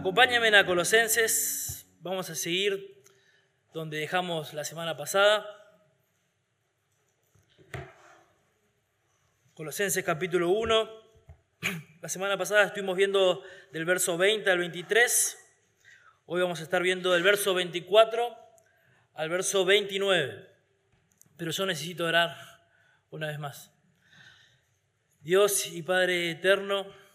Acompáñenme a Colosenses, vamos a seguir donde dejamos la semana pasada. Colosenses capítulo 1, la semana pasada estuvimos viendo del verso 20 al 23, hoy vamos a estar viendo del verso 24 al verso 29, pero yo necesito orar una vez más. Dios y Padre eterno,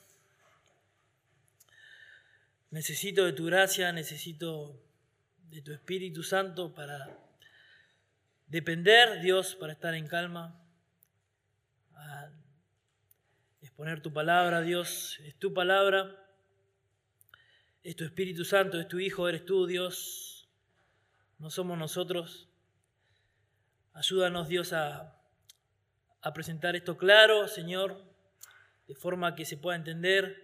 necesito de tu gracia, necesito de tu Espíritu Santo para depender, Dios, para estar en calma, a exponer tu palabra, Dios, es tu palabra, es tu Espíritu Santo, es tu Hijo, eres tú, Dios, no somos nosotros. Ayúdanos, Dios, a presentar esto claro, Señor, de forma que se pueda entender.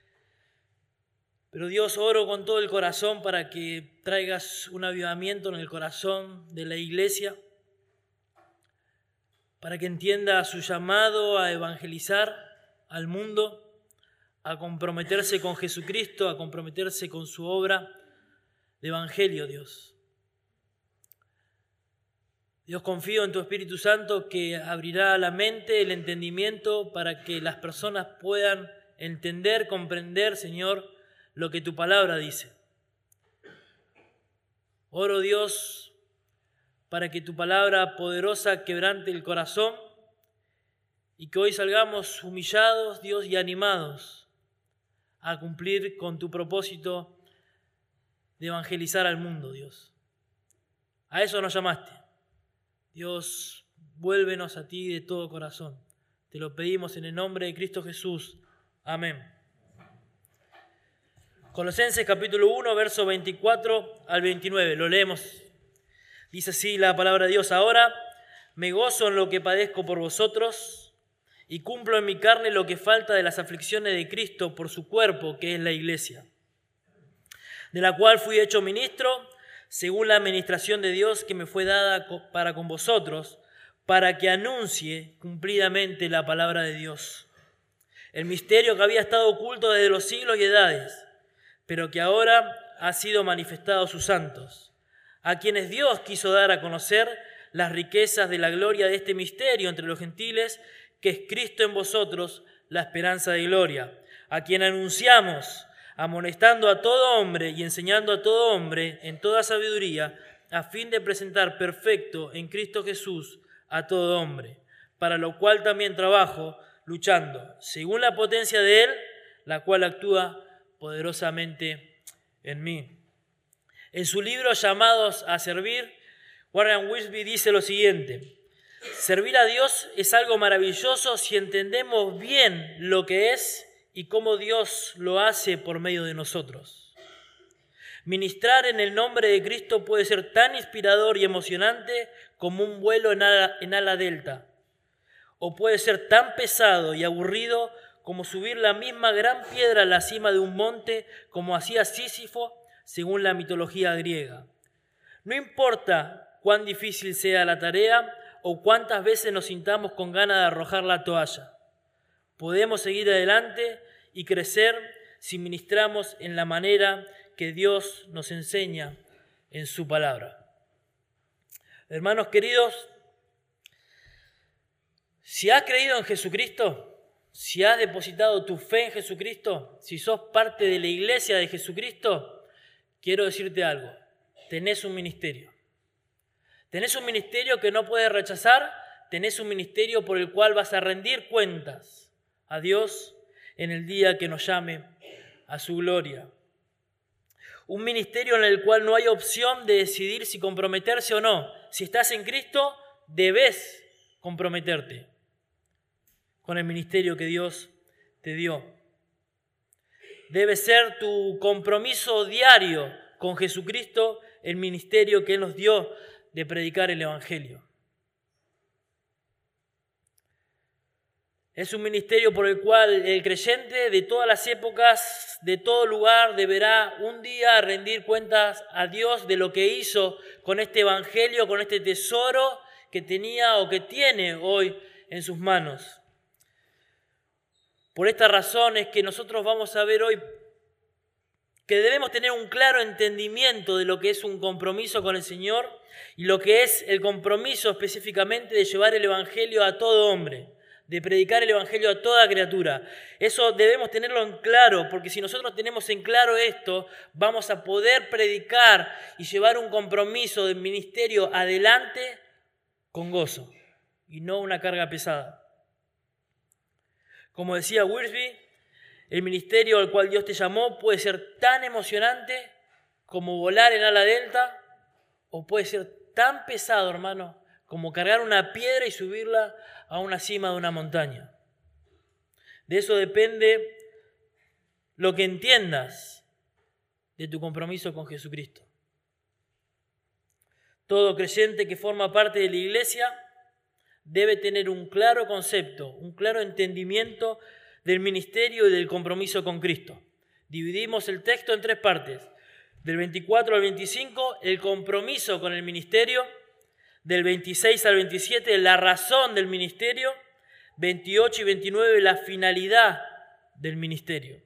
Pero Dios, oro con todo el corazón para que traigas un avivamiento en el corazón de la iglesia, para que entienda su llamado a evangelizar al mundo, a comprometerse con Jesucristo, a comprometerse con su obra de evangelio, Dios. Dios, confío en tu Espíritu Santo que abrirá la mente, el entendimiento, para que las personas puedan entender, comprender, Señor, lo que tu palabra dice. Oro, Dios, para que tu palabra poderosa quebrante el corazón y que hoy salgamos humillados, Dios, y animados a cumplir con tu propósito de evangelizar al mundo, Dios. A eso nos llamaste. Dios, vuélvenos a ti de todo corazón. Te lo pedimos en el nombre de Cristo Jesús. Amén. Colosenses capítulo 1, verso 24 al 29. Lo leemos. Dice así la palabra de Dios. Ahora me gozo en lo que padezco por vosotros y cumplo en mi carne lo que falta de las aflicciones de Cristo por su cuerpo, que es la iglesia, de la cual fui hecho ministro según la administración de Dios que me fue dada para con vosotros, para que anuncie cumplidamente la palabra de Dios, el misterio que había estado oculto desde los siglos y edades, pero que ahora ha sido manifestado a sus santos, a quienes Dios quiso dar a conocer las riquezas de la gloria de este misterio entre los gentiles, que es Cristo en vosotros, la esperanza de gloria, a quien anunciamos, amonestando a todo hombre y enseñando a todo hombre en toda sabiduría, a fin de presentar perfecto en Cristo Jesús a todo hombre, para lo cual también trabajo, luchando, según la potencia de Él, la cual actúa poderosamente en mí. En su libro Llamados a Servir, Warren Wiersbe dice lo siguiente: servir a Dios es algo maravilloso si entendemos bien lo que es y cómo Dios lo hace por medio de nosotros. Ministrar en el nombre de Cristo puede ser tan inspirador y emocionante como un vuelo en ala delta, o puede ser tan pesado y aburrido como subir la misma gran piedra a la cima de un monte, como hacía Sísifo según la mitología griega. No importa cuán difícil sea la tarea o cuántas veces nos sintamos con ganas de arrojar la toalla, podemos seguir adelante y crecer si ministramos en la manera que Dios nos enseña en su palabra. Hermanos queridos, si has creído en Jesucristo, si has depositado tu fe en Jesucristo, si sos parte de la iglesia de Jesucristo, quiero decirte algo: tenés un ministerio. Tenés un ministerio que no puedes rechazar, tenés un ministerio por el cual vas a rendir cuentas a Dios en el día que nos llame a su gloria. Un ministerio en el cual no hay opción de decidir si comprometerse o no. Si estás en Cristo, debes comprometerte con el ministerio que Dios te dio. Debe ser tu compromiso diario con Jesucristo, el ministerio que Él nos dio de predicar el Evangelio. Es un ministerio por el cual el creyente de todas las épocas, de todo lugar, deberá un día rendir cuentas a Dios de lo que hizo con este Evangelio, con este tesoro que tenía o que tiene hoy en sus manos. Por esta razón es que nosotros vamos a ver hoy que debemos tener un claro entendimiento de lo que es un compromiso con el Señor y lo que es el compromiso específicamente de llevar el Evangelio a todo hombre, de predicar el Evangelio a toda criatura. Eso debemos tenerlo en claro, porque si nosotros tenemos en claro esto, vamos a poder predicar y llevar un compromiso del ministerio adelante con gozo y no una carga pesada. Como decía Wiersbe, el ministerio al cual Dios te llamó puede ser tan emocionante como volar en ala delta, o puede ser tan pesado, hermano, como cargar una piedra y subirla a una cima de una montaña. De eso depende lo que entiendas de tu compromiso con Jesucristo. Todo creyente que forma parte de la iglesia debe tener un claro concepto, un claro entendimiento del ministerio y del compromiso con Cristo. Dividimos el texto en 3 partes. Del 24 al 25, el compromiso con el ministerio. Del 26 al 27, la razón del ministerio. 28 y 29, la finalidad del ministerio.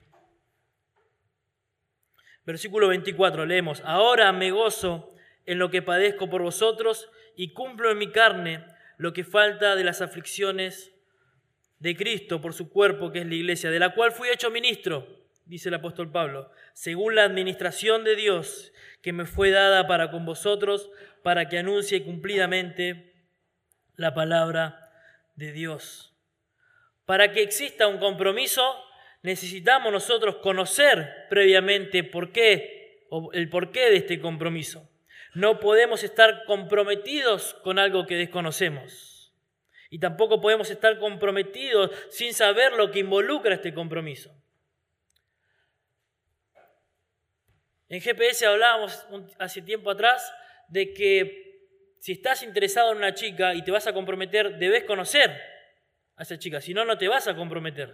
Versículo 24, leemos: Ahora me gozo en lo que padezco por vosotros y cumplo en mi carne lo que falta de las aflicciones de Cristo por su cuerpo, que es la iglesia, de la cual fui hecho ministro, dice el apóstol Pablo, según la administración de Dios que me fue dada para con vosotros, para que anuncie cumplidamente la palabra de Dios. Para que exista un compromiso, necesitamos nosotros conocer previamente el porqué de este compromiso. No podemos estar comprometidos con algo que desconocemos. Y tampoco podemos estar comprometidos sin saber lo que involucra este compromiso. En GPS hablábamos hace tiempo atrás de que si estás interesado en una chica y te vas a comprometer, debes conocer a esa chica, si no, no te vas a comprometer.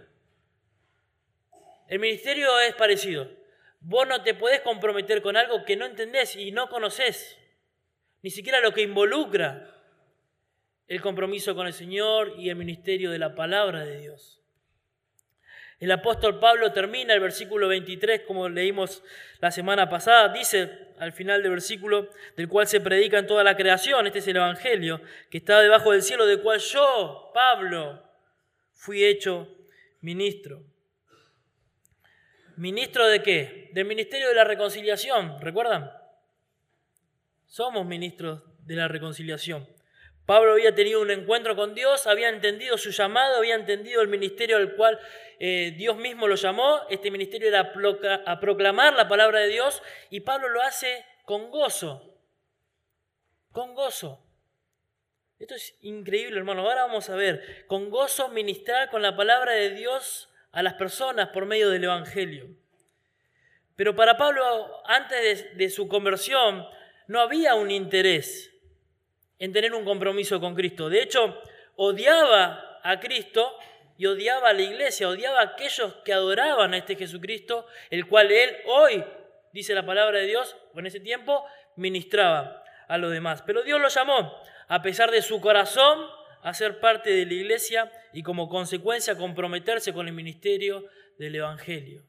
El ministerio es parecido. Vos no te podés comprometer con algo que no entendés y no conocés, ni siquiera lo que involucra el compromiso con el Señor y el ministerio de la palabra de Dios. El apóstol Pablo termina el versículo 23, como leímos la semana pasada, dice al final del versículo, del cual se predica en toda la creación, este es el Evangelio, que está debajo del cielo, del cual yo, Pablo, fui hecho ministro. ¿Ministro de qué? Del ministerio de la reconciliación, ¿recuerdan? Somos ministros de la reconciliación. Pablo había tenido un encuentro con Dios, había entendido su llamado, había entendido el ministerio al cual Dios mismo lo llamó. Este ministerio era a proclamar la palabra de Dios, y Pablo lo hace con gozo. Con gozo. Esto es increíble, hermano. Ahora vamos a ver, con gozo ministrar con la palabra de Dios a las personas por medio del Evangelio. Pero para Pablo, antes de su conversión, no había un interés en tener un compromiso con Cristo. De hecho, odiaba a Cristo y odiaba a la iglesia, odiaba a aquellos que adoraban a este Jesucristo, el cual él hoy, dice la palabra de Dios, o en ese tiempo, ministraba a los demás. Pero Dios lo llamó, a pesar de su corazón, a ser parte de la iglesia y como consecuencia comprometerse con el ministerio del Evangelio.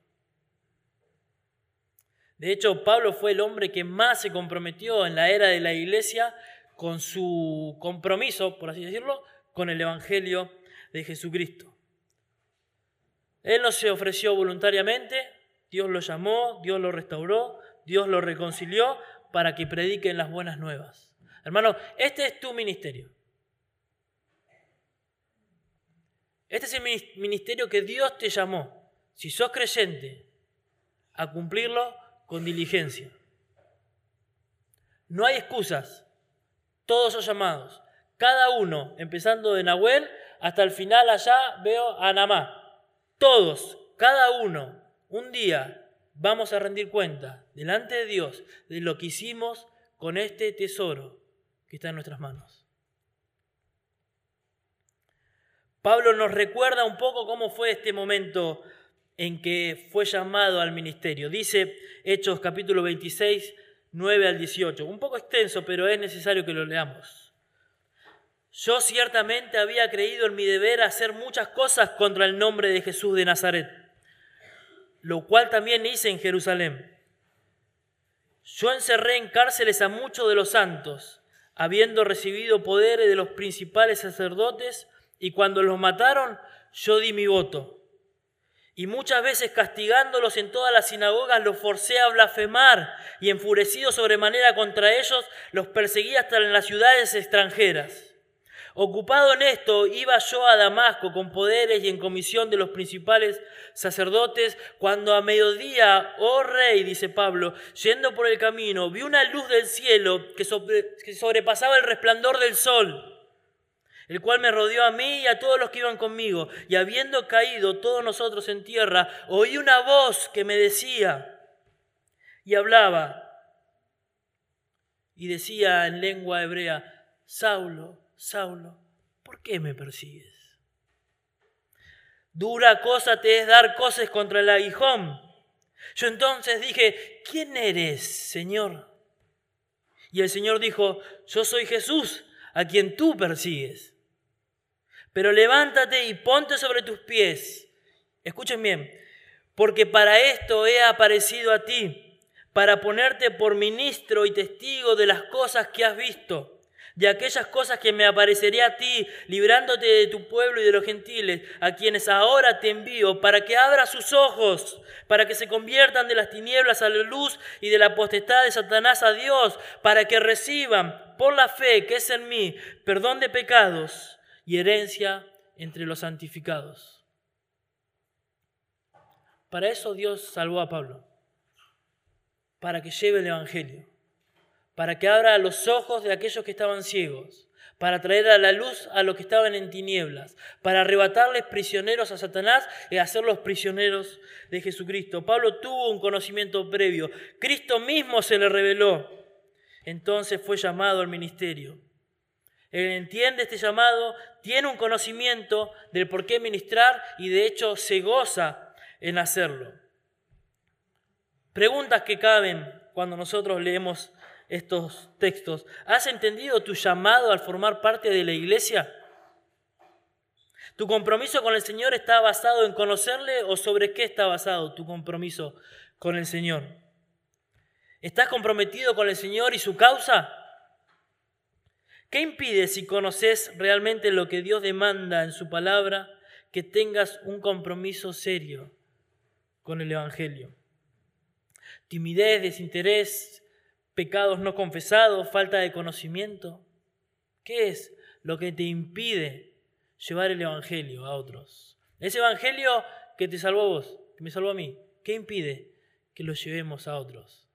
De hecho, Pablo fue el hombre que más se comprometió en la era de la iglesia con su compromiso, por así decirlo, con el Evangelio de Jesucristo. Él no se ofreció voluntariamente, Dios lo llamó, Dios lo restauró, Dios lo reconcilió para que prediquen las buenas nuevas. Hermano, este es tu ministerio. Este es el ministerio que Dios te llamó, si sos creyente, a cumplirlo con diligencia. No hay excusas. Todos son llamados, cada uno, empezando de Nahuel hasta el final allá veo a Namá. Todos, cada uno, un día vamos a rendir cuenta delante de Dios de lo que hicimos con este tesoro que está en nuestras manos. Pablo nos recuerda un poco cómo fue este momento en que fue llamado al ministerio. Dice Hechos capítulo 26, 9 al 18. Un poco extenso, pero es necesario que lo leamos. Yo ciertamente había creído en mi deber hacer muchas cosas contra el nombre de Jesús de Nazaret, lo cual también hice en Jerusalén. Yo encerré en cárceles a muchos de los santos, habiendo recibido poderes de los principales sacerdotes, y cuando los mataron, yo di mi voto. Y muchas veces castigándolos en todas las sinagogas los forcé a blasfemar, y enfurecido sobremanera contra ellos, los perseguí hasta en las ciudades extranjeras. Ocupado en esto, iba yo a Damasco con poderes y en comisión de los principales sacerdotes, cuando a mediodía, oh rey, dice Pablo, yendo por el camino, vi una luz del cielo que sobrepasaba el resplandor del sol, el cual me rodeó a mí y a todos los que iban conmigo. Y habiendo caído todos nosotros en tierra, oí una voz que me decía, y hablaba, y decía en lengua hebrea, Saulo, Saulo, ¿por qué me persigues? Dura cosa te es dar coces contra el aguijón. Yo entonces dije, ¿quién eres, Señor? Y el Señor dijo, yo soy Jesús, a quien tú persigues. Pero levántate y ponte sobre tus pies. Escuchen bien, porque para esto he aparecido a ti, para ponerte por ministro y testigo de las cosas que has visto, de aquellas cosas que me apareceré a ti, librándote de tu pueblo y de los gentiles, a quienes ahora te envío, para que abras sus ojos, para que se conviertan de las tinieblas a la luz y de la potestad de Satanás a Dios, para que reciban por la fe que es en mí perdón de pecados y herencia entre los santificados. Para eso Dios salvó a Pablo, para que lleve el evangelio, para que abra los ojos de aquellos que estaban ciegos, para traer a la luz a los que estaban en tinieblas, para arrebatarles prisioneros a Satanás y hacerlos prisioneros de Jesucristo. Pablo tuvo un conocimiento previo, Cristo mismo se le reveló, entonces fue llamado al ministerio. Él entiende este llamado, tiene un conocimiento del por qué ministrar y de hecho se goza en hacerlo. Preguntas que caben cuando nosotros leemos estos textos. ¿Has entendido tu llamado al formar parte de la iglesia? ¿Tu compromiso con el Señor está basado en conocerle o sobre qué está basado tu compromiso con el Señor? ¿Estás comprometido con el Señor y su causa? ¿Qué impide, si conoces realmente lo que Dios demanda en su palabra, que tengas un compromiso serio con el evangelio? Timidez, desinterés, pecados no confesados, falta de conocimiento. ¿Qué es lo que te impide llevar el evangelio a otros? Ese evangelio que te salvó a vos, que me salvó a mí, ¿qué impide que lo llevemos a otros?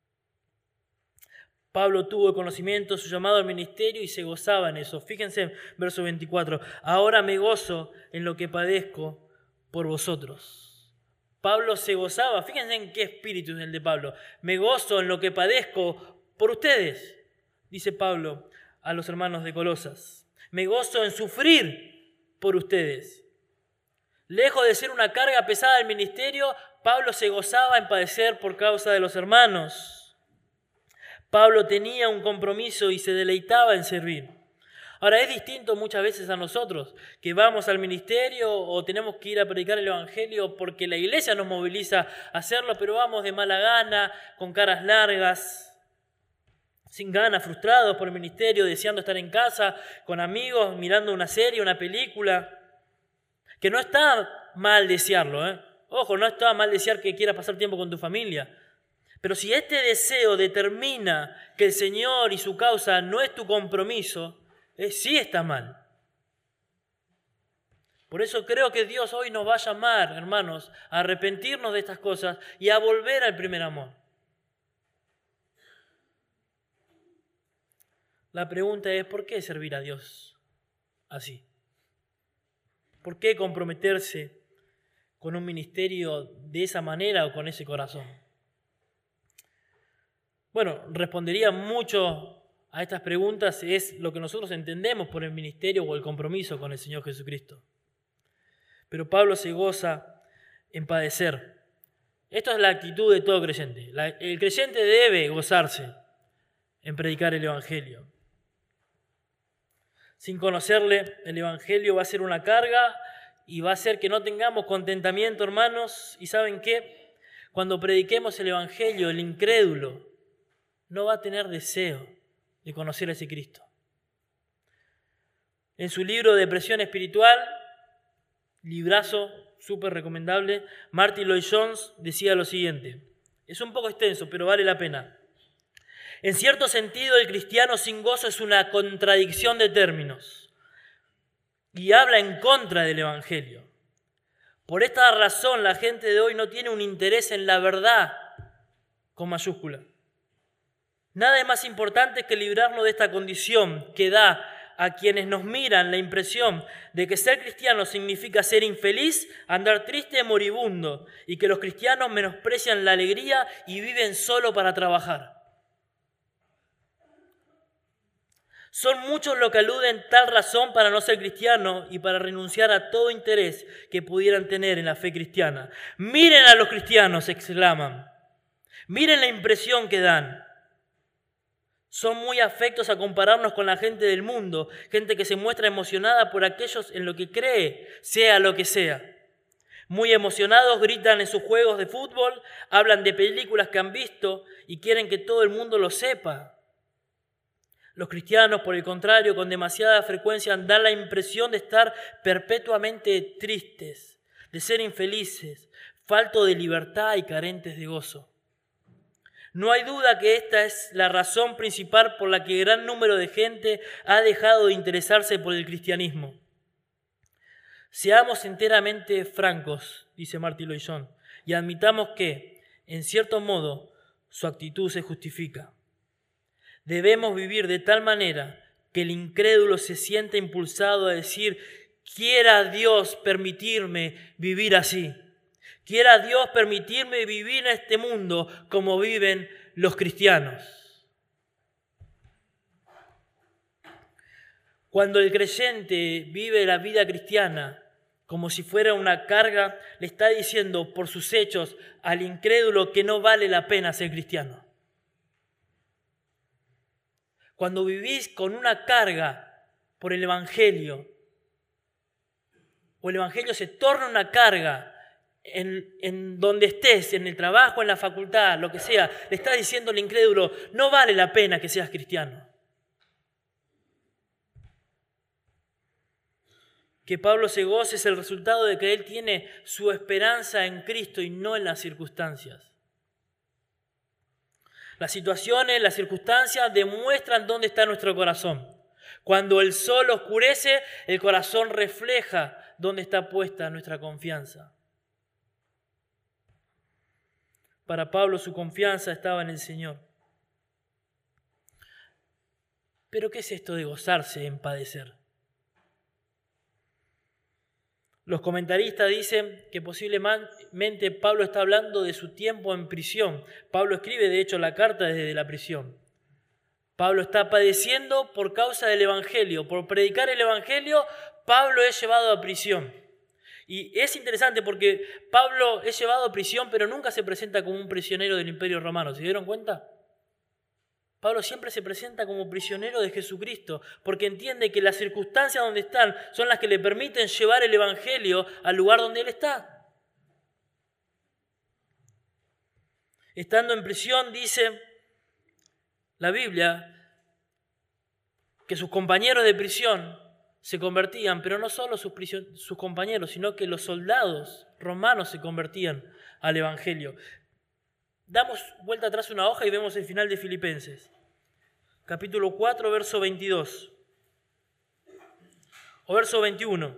Pablo tuvo el conocimiento, su llamado al ministerio y se gozaba en eso. Fíjense en verso 24. Ahora me gozo en lo que padezco por vosotros. Pablo se gozaba. Fíjense en qué espíritu es el de Pablo. Me gozo en lo que padezco por ustedes, dice Pablo a los hermanos de Colosas. Me gozo en sufrir por ustedes. Lejos de ser una carga pesada del ministerio, Pablo se gozaba en padecer por causa de los hermanos. Pablo tenía un compromiso y se deleitaba en servir. Ahora, es distinto muchas veces a nosotros, que vamos al ministerio o tenemos que ir a predicar el evangelio porque la iglesia nos moviliza a hacerlo, pero vamos de mala gana, con caras largas, sin ganas, frustrados por el ministerio, deseando estar en casa, con amigos, mirando una serie, una película. Que no está mal desearlo, ¿eh? Ojo, no está mal desear que quieras pasar tiempo con tu familia. Pero si este deseo determina que el Señor y su causa no es tu compromiso, sí está mal. Por eso creo que Dios hoy nos va a llamar, hermanos, a arrepentirnos de estas cosas y a volver al primer amor. La pregunta es, ¿por qué servir a Dios así? ¿Por qué comprometerse con un ministerio de esa manera o con ese corazón? Bueno, respondería mucho a estas preguntas es lo que nosotros entendemos por el ministerio o el compromiso con el Señor Jesucristo. Pero Pablo se goza en padecer. Esto es la actitud de todo creyente. El creyente debe gozarse en predicar el evangelio. Sin conocerle, el evangelio va a ser una carga y va a hacer que no tengamos contentamiento, hermanos. ¿Y saben qué? Cuando prediquemos el evangelio, el incrédulo no va a tener deseo de conocer a ese Cristo. En su libro Depresión Espiritual, librazo súper recomendable, Martin Lloyd-Jones decía lo siguiente. Es un poco extenso, pero vale la pena. En cierto sentido, el cristiano sin gozo es una contradicción de términos y habla en contra del Evangelio. Por esta razón, la gente de hoy no tiene un interés en la verdad con mayúscula. Nada es más importante que librarnos de esta condición que da a quienes nos miran la impresión de que ser cristiano significa ser infeliz, andar triste, moribundo, y que los cristianos menosprecian la alegría y viven solo para trabajar. Son muchos los que aluden tal razón para no ser cristiano y para renunciar a todo interés que pudieran tener en la fe cristiana. Miren a los cristianos, exclaman. Miren la impresión que dan. Son muy afectos a compararnos con la gente del mundo, gente que se muestra emocionada por aquellos en lo que cree, sea lo que sea. Muy emocionados gritan en sus juegos de fútbol, hablan de películas que han visto y quieren que todo el mundo lo sepa. Los cristianos, por el contrario, con demasiada frecuencia dan la impresión de estar perpetuamente tristes, de ser infelices, faltos de libertad y carentes de gozo. No hay duda que esta es la razón principal por la que gran número de gente ha dejado de interesarse por el cristianismo. Seamos enteramente francos, dice Martin Lloyd-Jones, y admitamos que, en cierto modo, su actitud se justifica. Debemos vivir de tal manera que el incrédulo se sienta impulsado a decir: quiera Dios permitirme vivir así. Quiera Dios permitirme vivir en este mundo como viven los cristianos. Cuando el creyente vive la vida cristiana como si fuera una carga, le está diciendo por sus hechos al incrédulo que no vale la pena ser cristiano. Cuando vivís con una carga por el Evangelio, o el Evangelio se torna una carga en donde estés, en el trabajo, en la facultad, lo que sea, le estás diciendo al incrédulo: no vale la pena que seas cristiano. Que Pablo se goce es el resultado de que él tiene su esperanza en Cristo y no en las circunstancias. Las situaciones, las circunstancias demuestran dónde está nuestro corazón. Cuando el sol oscurece, el corazón refleja dónde está puesta nuestra confianza. Para Pablo su confianza estaba en el Señor. ¿Pero qué es esto de gozarse en padecer? Los comentaristas dicen que posiblemente Pablo está hablando de su tiempo en prisión. Pablo escribe, de hecho, la carta desde la prisión. Pablo está padeciendo por causa del Evangelio. Por predicar el Evangelio, Pablo es llevado a prisión. Y es interesante porque Pablo es llevado a prisión, pero nunca se presenta como un prisionero del Imperio Romano. ¿Se dieron cuenta? Pablo siempre se presenta como prisionero de Jesucristo, porque entiende que las circunstancias donde están son las que le permiten llevar el Evangelio al lugar donde él está. Estando en prisión, dice la Biblia que sus compañeros de prisión se convertían, pero no solo sus compañeros, sino que los soldados romanos se convertían al Evangelio. Damos vuelta atrás una hoja y vemos el final de Filipenses. Capítulo 4, verso 22. O verso 21.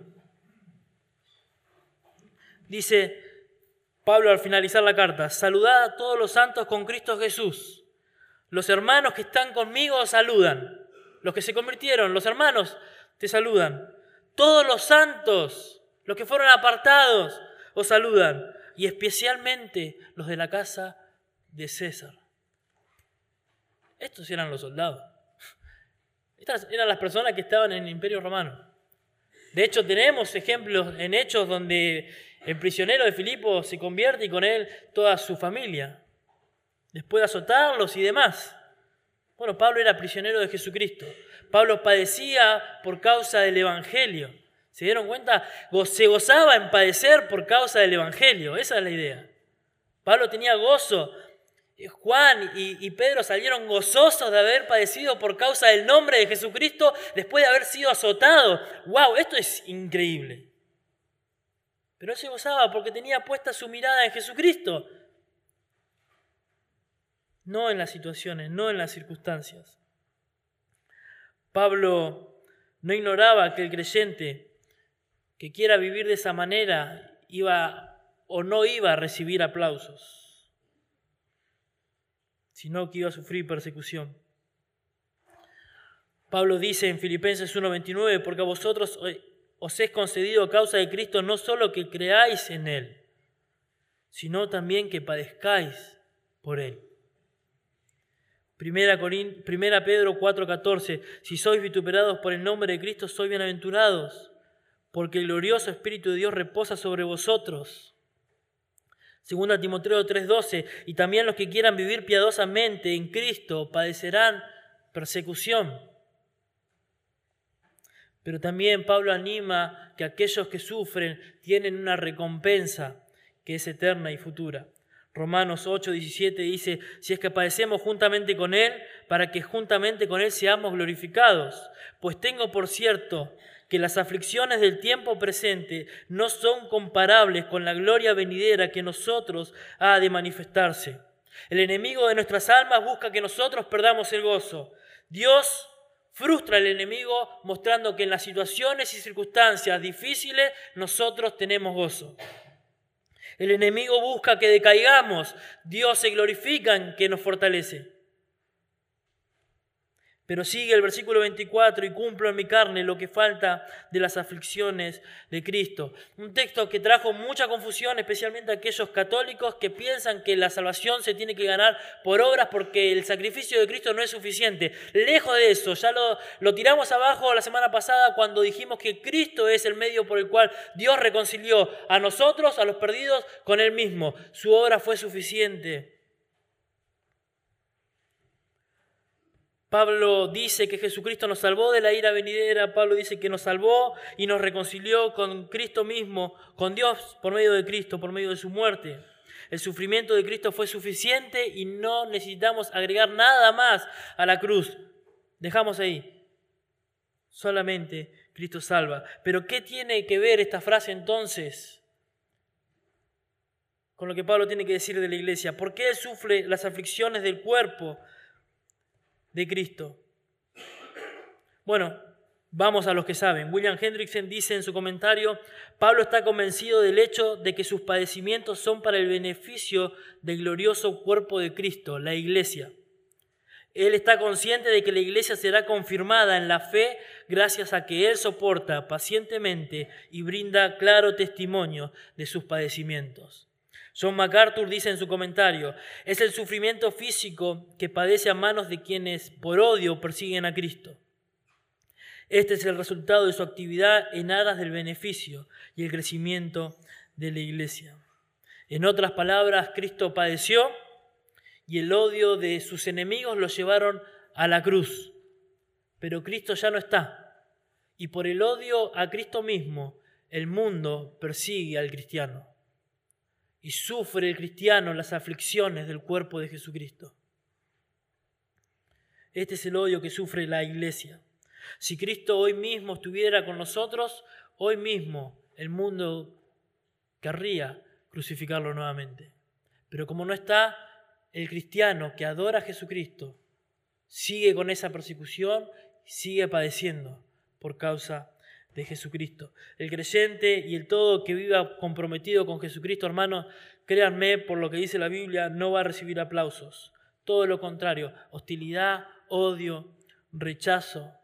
Dice Pablo al finalizar la carta: saludad a todos los santos con Cristo Jesús. Los hermanos que están conmigo os saludan. Los que se convirtieron, los hermanos, te saludan. Todos los santos, los que fueron apartados, os saludan. Y especialmente los de la casa de César. Estos eran los soldados. Estas eran las personas que estaban en el Imperio Romano. De hecho, tenemos ejemplos en Hechos donde el prisionero de Filipo se convierte y con él toda su familia, después de azotarlos y demás. Bueno, Pablo era prisionero de Jesucristo. Pablo padecía por causa del Evangelio. ¿Se dieron cuenta? Se gozaba en padecer por causa del Evangelio. Esa es la idea. Pablo tenía gozo Juan y Pedro salieron gozosos de haber padecido por causa del nombre de Jesucristo después de haber sido azotados. ¡Wow! Esto es increíble. Pero él se gozaba porque tenía puesta su mirada en Jesucristo. No en las situaciones, no en las circunstancias. Pablo no ignoraba que el creyente que quiera vivir de esa manera iba o no iba a recibir aplausos, sino que iba a sufrir persecución. Pablo dice en Filipenses 1:29, porque a vosotros os es concedido a causa de Cristo no solo que creáis en Él, sino también que padezcáis por Él. Primera Pedro 4:14, si sois vituperados por el nombre de Cristo, sois bienaventurados, porque el glorioso Espíritu de Dios reposa sobre vosotros. Segunda Timoteo 3:12, y también los que quieran vivir piadosamente en Cristo padecerán persecución. Pero también Pablo anima que aquellos que sufren tienen una recompensa que es eterna y futura. Romanos 8:17 dice, si es que padecemos juntamente con Él, para que juntamente con Él seamos glorificados. Pues tengo por cierto que las aflicciones del tiempo presente no son comparables con la gloria venidera que nosotros ha de manifestarse. El enemigo de nuestras almas busca que nosotros perdamos el gozo. Dios frustra al enemigo mostrando que en las situaciones y circunstancias difíciles nosotros tenemos gozo. El enemigo busca que decaigamos. Dios se glorifica en que nos fortalece. Pero sigue el versículo 24, y cumplo en mi carne lo que falta de las aflicciones de Cristo. Un texto que trajo mucha confusión, especialmente a aquellos católicos que piensan que la salvación se tiene que ganar por obras porque el sacrificio de Cristo no es suficiente. Lejos de eso, ya lo tiramos abajo la semana pasada cuando dijimos que Cristo es el medio por el cual Dios reconcilió a nosotros, a los perdidos, con Él mismo. Su obra fue suficiente. Pablo dice que Jesucristo nos salvó de la ira venidera. Pablo dice que nos salvó y nos reconcilió con Cristo mismo, con Dios por medio de Cristo, por medio de su muerte. El sufrimiento de Cristo fue suficiente y no necesitamos agregar nada más a la cruz. Dejamos ahí. Solamente Cristo salva. Pero ¿qué tiene que ver esta frase entonces con lo que Pablo tiene que decir de la iglesia? ¿Por qué Él sufre las aflicciones del cuerpo de Cristo? Bueno, vamos a los que saben. William Hendrickson dice en su comentario, Pablo está convencido del hecho de que sus padecimientos son para el beneficio del glorioso cuerpo de Cristo, la iglesia. Él está consciente de que la iglesia será confirmada en la fe gracias a que él soporta pacientemente y brinda claro testimonio de sus padecimientos. John MacArthur dice en su comentario, es el sufrimiento físico que padece a manos de quienes por odio persiguen a Cristo. Este es el resultado de su actividad en aras del beneficio y el crecimiento de la iglesia. En otras palabras, Cristo padeció y el odio de sus enemigos lo llevaron a la cruz. Pero Cristo ya no está. Y por el odio a Cristo mismo, el mundo persigue al cristiano. Y sufre el cristiano las aflicciones del cuerpo de Jesucristo. Este es el odio que sufre la iglesia. Si Cristo hoy mismo estuviera con nosotros, hoy mismo el mundo querría crucificarlo nuevamente. Pero como no está, el cristiano que adora a Jesucristo sigue con esa persecución, sigue padeciendo por causa de Jesucristo. El creyente y el todo que viva comprometido con Jesucristo, hermanos, créanme, por lo que dice la Biblia, no va a recibir aplausos. Todo lo contrario, hostilidad, odio, rechazo.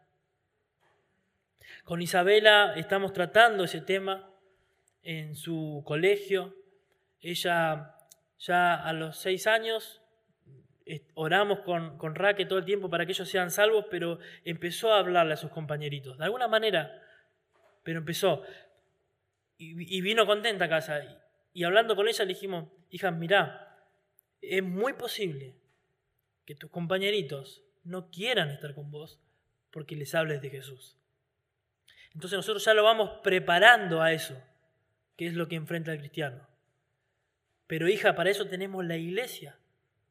Con Isabela estamos tratando ese tema en su colegio. Ella ya a los 6 años oramos con Raque todo el tiempo para que ellos sean salvos, pero empezó a hablarle a sus compañeritos. De alguna manera, pero empezó. Y vino contenta a casa. Y hablando con ella le dijimos, hijas, mirá, es muy posible que tus compañeritos no quieran estar con vos porque les hables de Jesús. Entonces nosotros ya lo vamos preparando a eso, que es lo que enfrenta el cristiano. Pero hija, para eso tenemos la iglesia.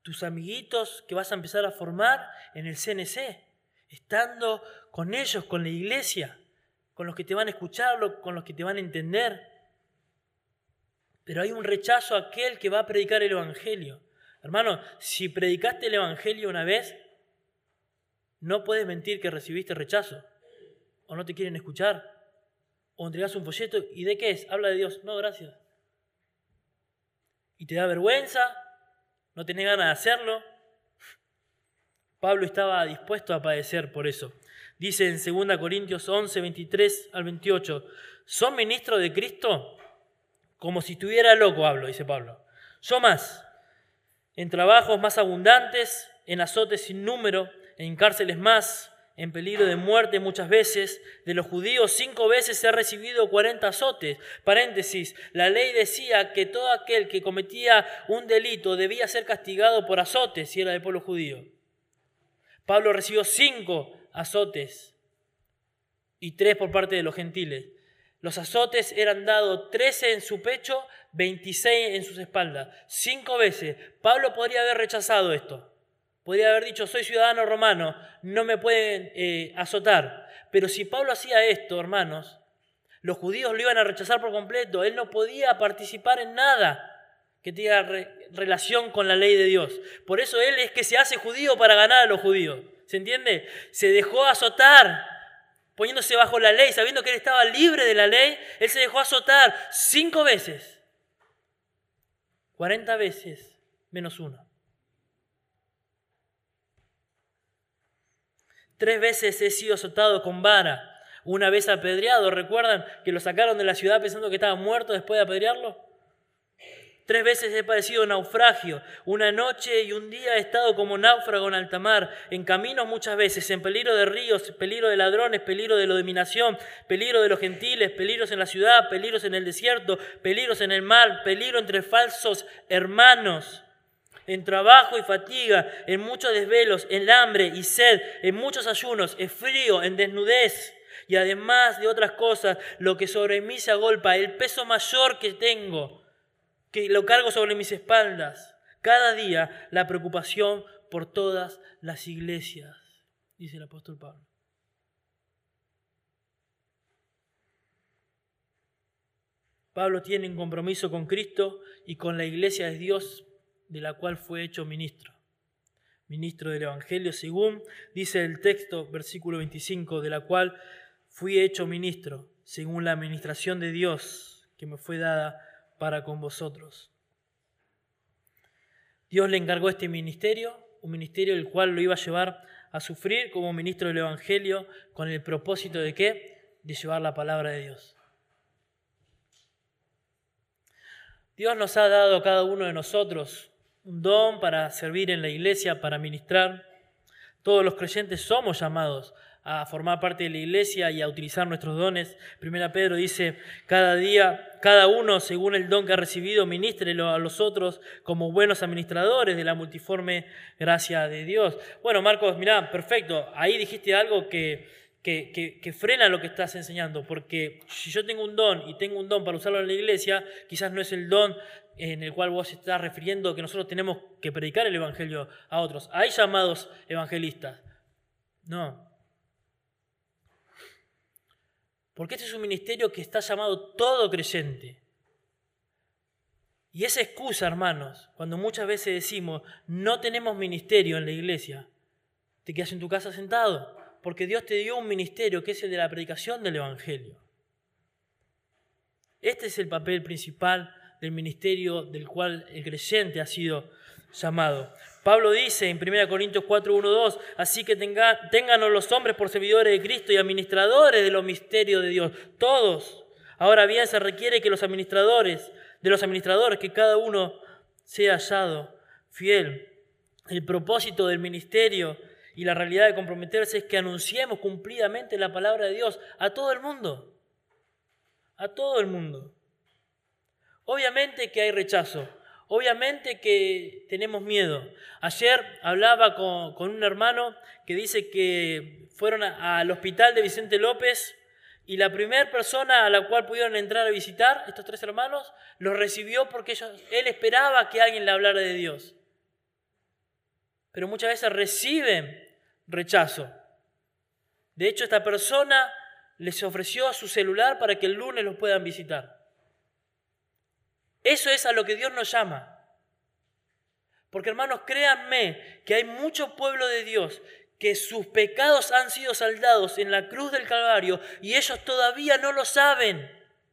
tus amiguitos que vas a empezar a formar en el CNC, estando con ellos, con la iglesia, con los que te van a escuchar, con los que te van a entender. Pero hay un rechazo a aquel que va a predicar el Evangelio. Hermano, si predicaste el Evangelio una vez, no puedes mentir que recibiste rechazo, o no te quieren escuchar, o entregas un folleto, ¿y de qué es? Habla de Dios. No, gracias. Y te da vergüenza, no tenés ganas de hacerlo. Pablo estaba dispuesto a padecer por eso. Dice en 2 Corintios 11, 23 al 28, ¿son ministros de Cristo? Como si estuviera loco hablo, dice Pablo. Yo más, en trabajos más abundantes, en azotes sin número, en cárceles más, en peligro de muerte muchas veces. De los judíos 5 veces he recibido 40 azotes. Paréntesis, la ley decía que todo aquel que cometía un delito debía ser castigado por azotes si era del pueblo judío. Pablo recibió 5 azotes y 3 por parte de los gentiles. Los azotes eran dados 13 en su pecho, 26 en sus espaldas. 5 veces. Pablo podría haber rechazado esto. Podría haber dicho, soy ciudadano romano, no me pueden azotar. Pero si Pablo hacía esto, hermanos, los judíos lo iban a rechazar por completo. Él no podía participar en nada que tenga relación con la ley de Dios. Por eso él es que se hace judío para ganar a los judíos. ¿Se entiende? Se dejó azotar, poniéndose bajo la ley, sabiendo que él estaba libre de la ley. Él se dejó azotar 5 veces. 40 veces menos 1. 3 veces he sido azotado con vara, 1 vez apedreado. ¿Recuerdan que lo sacaron de la ciudad pensando que estaba muerto después de apedrearlo? 3 veces he padecido naufragio, 1 noche y 1 día he estado como náufrago en alta mar, en caminos muchas veces, en peligro de ríos, peligro de ladrones, peligro de la dominación, peligro de los gentiles, peligros en la ciudad, peligros en el desierto, peligros en el mar, peligro entre falsos hermanos, en trabajo y fatiga, en muchos desvelos, en hambre y sed, en muchos ayunos, en frío, en desnudez. Y además de otras cosas, lo que sobre mí se agolpa, el peso mayor que tengo, que lo cargo sobre mis espaldas. Cada día la preocupación por todas las iglesias, dice el apóstol Pablo. Pablo tiene un compromiso con Cristo y con la iglesia de Dios, de la cual fue hecho ministro del Evangelio, según dice el texto, versículo 25, de la cual fui hecho ministro, según la administración de Dios que me fue dada para con vosotros. Dios le encargó este ministerio, un ministerio el cual lo iba a llevar a sufrir como ministro del Evangelio, con el propósito de ¿qué? De llevar la palabra de Dios. Dios nos ha dado a cada uno de nosotros un don para servir en la iglesia, para ministrar. Todos los creyentes somos llamados a formar parte de la iglesia y a utilizar nuestros dones. 1 Pedro dice, cada día, cada uno según el don que ha recibido, ministrelo a los otros como buenos administradores de la multiforme gracia de Dios. Bueno, Marcos, mirá, perfecto, ahí dijiste algo que frena lo que estás enseñando, porque si yo tengo un don y tengo un don para usarlo en la iglesia, quizás no es el don en el cual vos estás refiriendo que nosotros tenemos que predicar el evangelio a otros. Hay llamados evangelistas. No. Porque este es un ministerio que está llamado todo creyente. Y esa excusa, hermanos, cuando muchas veces decimos no tenemos ministerio en la iglesia, te quedas en tu casa sentado, porque Dios te dio un ministerio que es el de la predicación del evangelio. Este es el papel principal del ministerio del cual el creyente ha sido llamado. Pablo dice en 1 Corintios 4, 1, 2, así que ténganos los hombres por servidores de Cristo y administradores de los misterios de Dios, todos. Ahora bien, se requiere que de los administradores, que cada uno sea hallado fiel. El propósito del ministerio y la realidad de comprometerse es que anunciemos cumplidamente la palabra de Dios a todo el mundo. A todo el mundo. Obviamente que hay rechazo. Obviamente que tenemos miedo. Ayer hablaba con un hermano que dice que fueron al hospital de Vicente López y la primera persona a la cual pudieron entrar a visitar, estos 3 hermanos, los recibió porque él esperaba que alguien le hablara de Dios. pero muchas veces reciben rechazo. De hecho, esta persona les ofreció su celular para que el lunes los puedan visitar. Eso es a lo que Dios nos llama. Porque hermanos, créanme que hay mucho pueblo de Dios que sus pecados han sido saldados en la cruz del Calvario y ellos todavía no lo saben.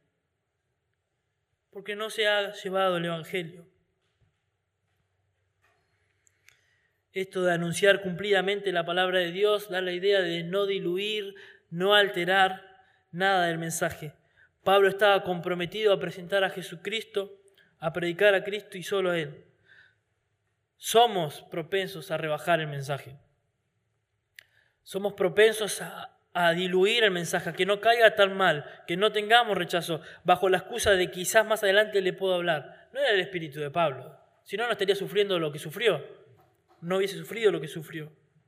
Porque no se ha llevado el Evangelio. Esto de anunciar cumplidamente la palabra de Dios da la idea de no diluir, no alterar nada del mensaje. Pablo estaba comprometido a presentar a Jesucristo, a predicar a Cristo y solo a Él. Somos propensos a rebajar el mensaje. Somos propensos a diluir el mensaje, a que no caiga tan mal, que no tengamos rechazo, bajo la excusa de quizás más adelante le puedo hablar. No era el espíritu de Pablo, si no, no estaría sufriendo lo que sufrió. No hubiese sufrido lo que sufrió.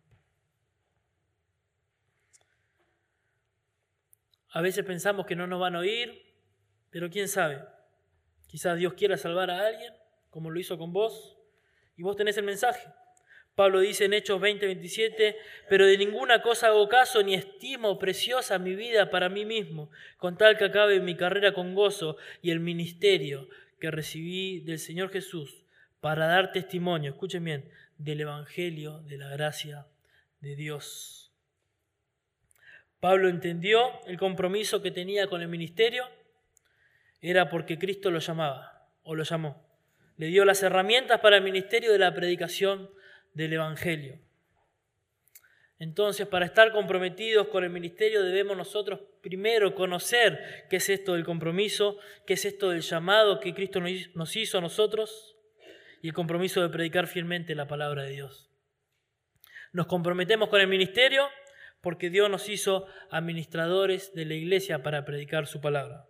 A veces pensamos que no nos van a oír, pero quién sabe. Quizás Dios quiera salvar a alguien, como lo hizo con vos, y vos tenés el mensaje. Pablo dice en Hechos 20:27, pero de ninguna cosa hago caso ni estimo preciosa mi vida para mí mismo, con tal que acabe mi carrera con gozo y el ministerio que recibí del Señor Jesús para dar testimonio, escuchen bien, del Evangelio de la gracia de Dios. Pablo entendió el compromiso que tenía con el ministerio, era porque Cristo lo llamaba o lo llamó. Le dio las herramientas para el ministerio de la predicación del Evangelio. Entonces, para estar comprometidos con el ministerio debemos nosotros primero conocer qué es esto del compromiso, qué es esto del llamado que Cristo nos hizo a nosotros y el compromiso de predicar fielmente la palabra de Dios. Nos comprometemos con el ministerio porque Dios nos hizo administradores de la iglesia para predicar su palabra.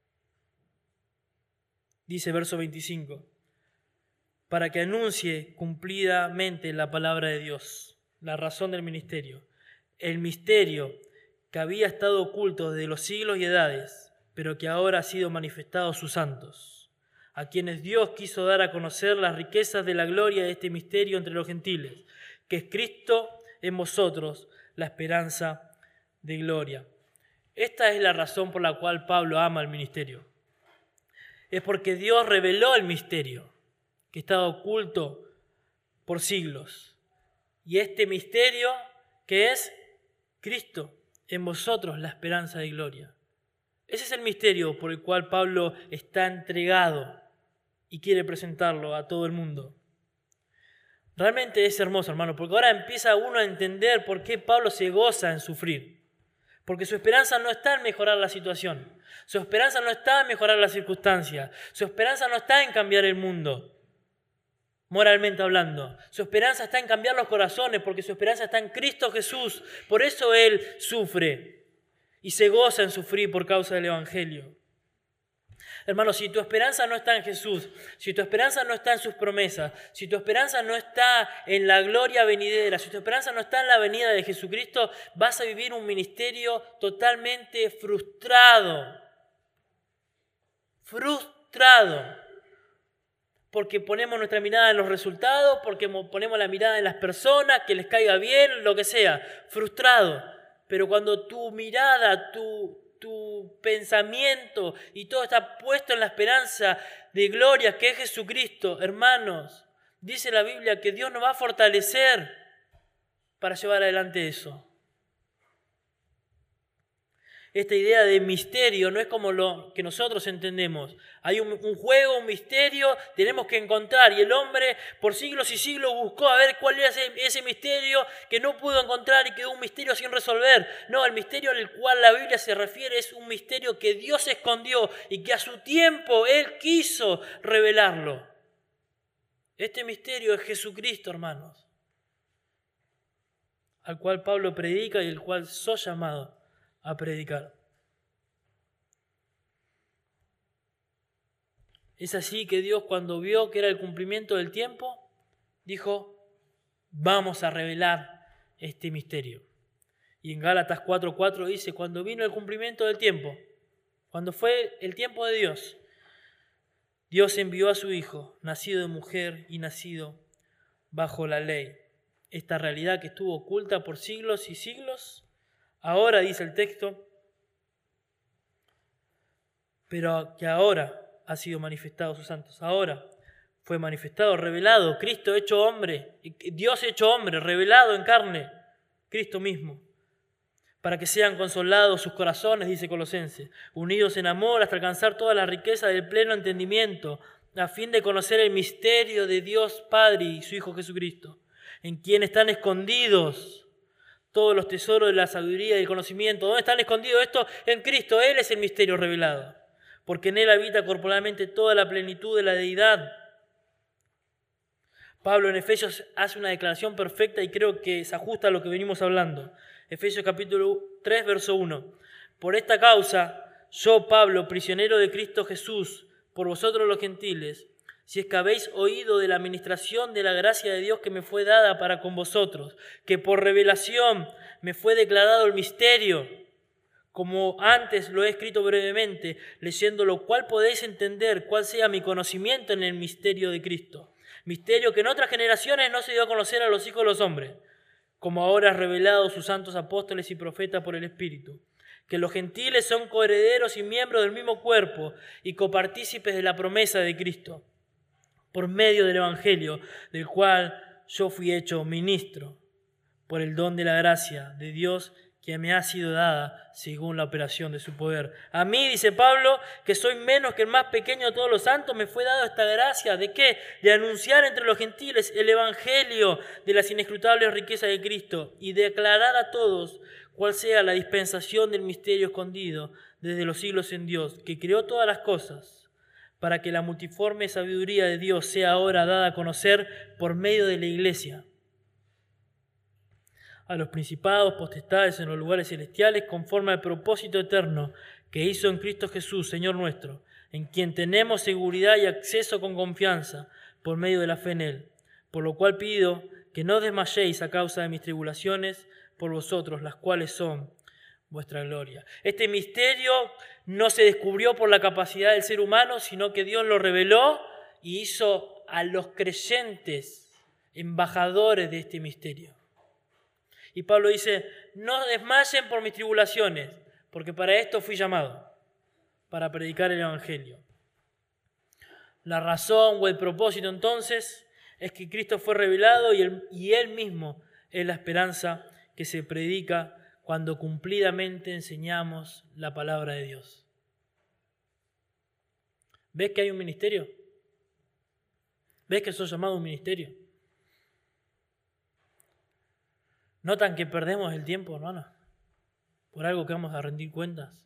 Dice verso 25, para que anuncie cumplidamente la palabra de Dios, la razón del ministerio, el misterio que había estado oculto desde los siglos y edades, pero que ahora ha sido manifestado a sus santos, a quienes Dios quiso dar a conocer las riquezas de la gloria de este misterio entre los gentiles, que es Cristo en vosotros, la esperanza de gloria. Esta es la razón por la cual Pablo ama el ministerio. Es porque Dios reveló el misterio que estaba oculto por siglos. Y este misterio que es Cristo en vosotros, la esperanza de gloria. Ese es el misterio por el cual Pablo está entregado y quiere presentarlo a todo el mundo. Realmente es hermoso, hermano, porque ahora empieza uno a entender por qué Pablo se goza en sufrir. Porque su esperanza no está en mejorar la situación. Su esperanza no está en mejorar las circunstancias. Su esperanza no está en cambiar el mundo, moralmente hablando. Su esperanza está en cambiar los corazones, porque su esperanza está en Cristo Jesús. Por eso Él sufre y se goza en sufrir por causa del Evangelio. Hermano, si tu esperanza no está en Jesús, si tu esperanza no está en sus promesas, si tu esperanza no está en la gloria venidera, si tu esperanza no está en la venida de Jesucristo, vas a vivir un ministerio totalmente frustrado. Frustrado. Porque ponemos nuestra mirada en los resultados, porque ponemos la mirada en las personas, que les caiga bien, lo que sea. Frustrado. Pero cuando tu mirada, tu pensamiento y todo está puesto en la esperanza de gloria que es Jesucristo, hermanos, dice la Biblia que Dios nos va a fortalecer para llevar adelante eso. Esta idea de misterio no es como lo que nosotros entendemos. Hay un juego, un misterio, tenemos que encontrar. Y el hombre por siglos y siglos buscó a ver cuál era ese misterio que no pudo encontrar y quedó un misterio sin resolver. No, el misterio al cual la Biblia se refiere es un misterio que Dios escondió y que a su tiempo Él quiso revelarlo. Este misterio es Jesucristo, hermanos, al cual Pablo predica y el cual sos llamado a predicar. Es así que Dios, cuando vio que era el cumplimiento del tiempo, dijo, vamos a revelar este misterio. Y en Gálatas 4:4 dice, cuando vino el cumplimiento del tiempo, cuando fue el tiempo de Dios, Dios envió a su Hijo, nacido de mujer y nacido bajo la ley. esta realidad que estuvo oculta por siglos y siglos, ahora, dice el texto, pero que ahora ha sido manifestado a sus santos. Ahora fue manifestado, revelado, Cristo hecho hombre, Dios hecho hombre, revelado en carne, Cristo mismo, para que sean consolados sus corazones, dice Colosenses, unidos en amor hasta alcanzar toda la riqueza del pleno entendimiento, a fin de conocer el misterio de Dios Padre y su Hijo Jesucristo, en quien están escondidos todos los tesoros de la sabiduría y del conocimiento. ¿Dónde están escondidos estos? En Cristo. Él es el misterio revelado, porque en Él habita corporalmente toda la plenitud de la deidad. Pablo en Efesios hace una declaración perfecta y creo que se ajusta a lo que venimos hablando. Efesios capítulo 3, verso 1. Por esta causa, yo, Pablo, prisionero de Cristo Jesús, por vosotros los gentiles, si es que habéis oído de la administración de la gracia de Dios que me fue dada para con vosotros, que por revelación me fue declarado el misterio, como antes lo he escrito brevemente, leyendo lo cual podéis entender cuál sea mi conocimiento en el misterio de Cristo. Misterio que en otras generaciones no se dio a conocer a los hijos de los hombres, como ahora ha revelado sus santos apóstoles y profetas por el Espíritu, que los gentiles son coherederos y miembros del mismo cuerpo y copartícipes de la promesa de Cristo, por medio del Evangelio, del cual yo fui hecho ministro, por el don de la gracia de Dios que me ha sido dada según la operación de su poder. A mí, dice Pablo, que soy menos que el más pequeño de todos los santos, me fue dada esta gracia. ¿De qué? De anunciar entre los gentiles el Evangelio de las inescrutables riquezas de Cristo y declarar a todos cuál sea la dispensación del misterio escondido desde los siglos en Dios, que creó todas las cosas, para que la multiforme sabiduría de Dios sea ahora dada a conocer por medio de la Iglesia a los principados, potestades en los lugares celestiales, conforme al propósito eterno que hizo en Cristo Jesús, Señor nuestro, en quien tenemos seguridad y acceso con confianza por medio de la fe en Él. Por lo cual pido que no desmayéis a causa de mis tribulaciones por vosotros, las cuales son vuestra gloria. Este misterio no se descubrió por la capacidad del ser humano, sino que Dios lo reveló y hizo a los creyentes embajadores de este misterio. Y Pablo dice, no desmayen por mis tribulaciones, porque para esto fui llamado, para predicar el Evangelio. La razón o el propósito entonces es que Cristo fue revelado y Él mismo es la esperanza que se predica cuando cumplidamente enseñamos la palabra de Dios. ¿Ves que hay un ministerio? ¿Ves que sos llamado a un ministerio? ¿Notan que perdemos el tiempo, hermano? Por algo que vamos a rendir cuentas.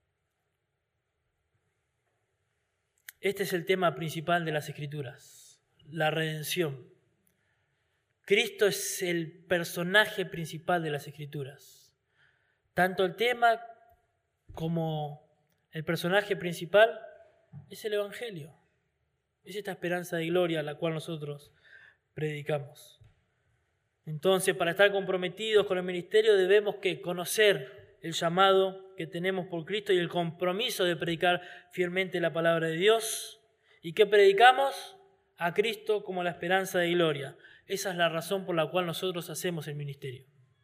Este es el tema principal de las Escrituras, la redención. Cristo es el personaje principal de las Escrituras. Tanto el tema como el personaje principal es el Evangelio. Es esta esperanza de gloria a la cual nosotros predicamos. Entonces, para estar comprometidos con el ministerio debemos que conocer el llamado que tenemos por Cristo y el compromiso de predicar fielmente la palabra de Dios. ¿Y qué predicamos? A Cristo como la esperanza de gloria. Esa es la razón por la cual nosotros hacemos el ministerio.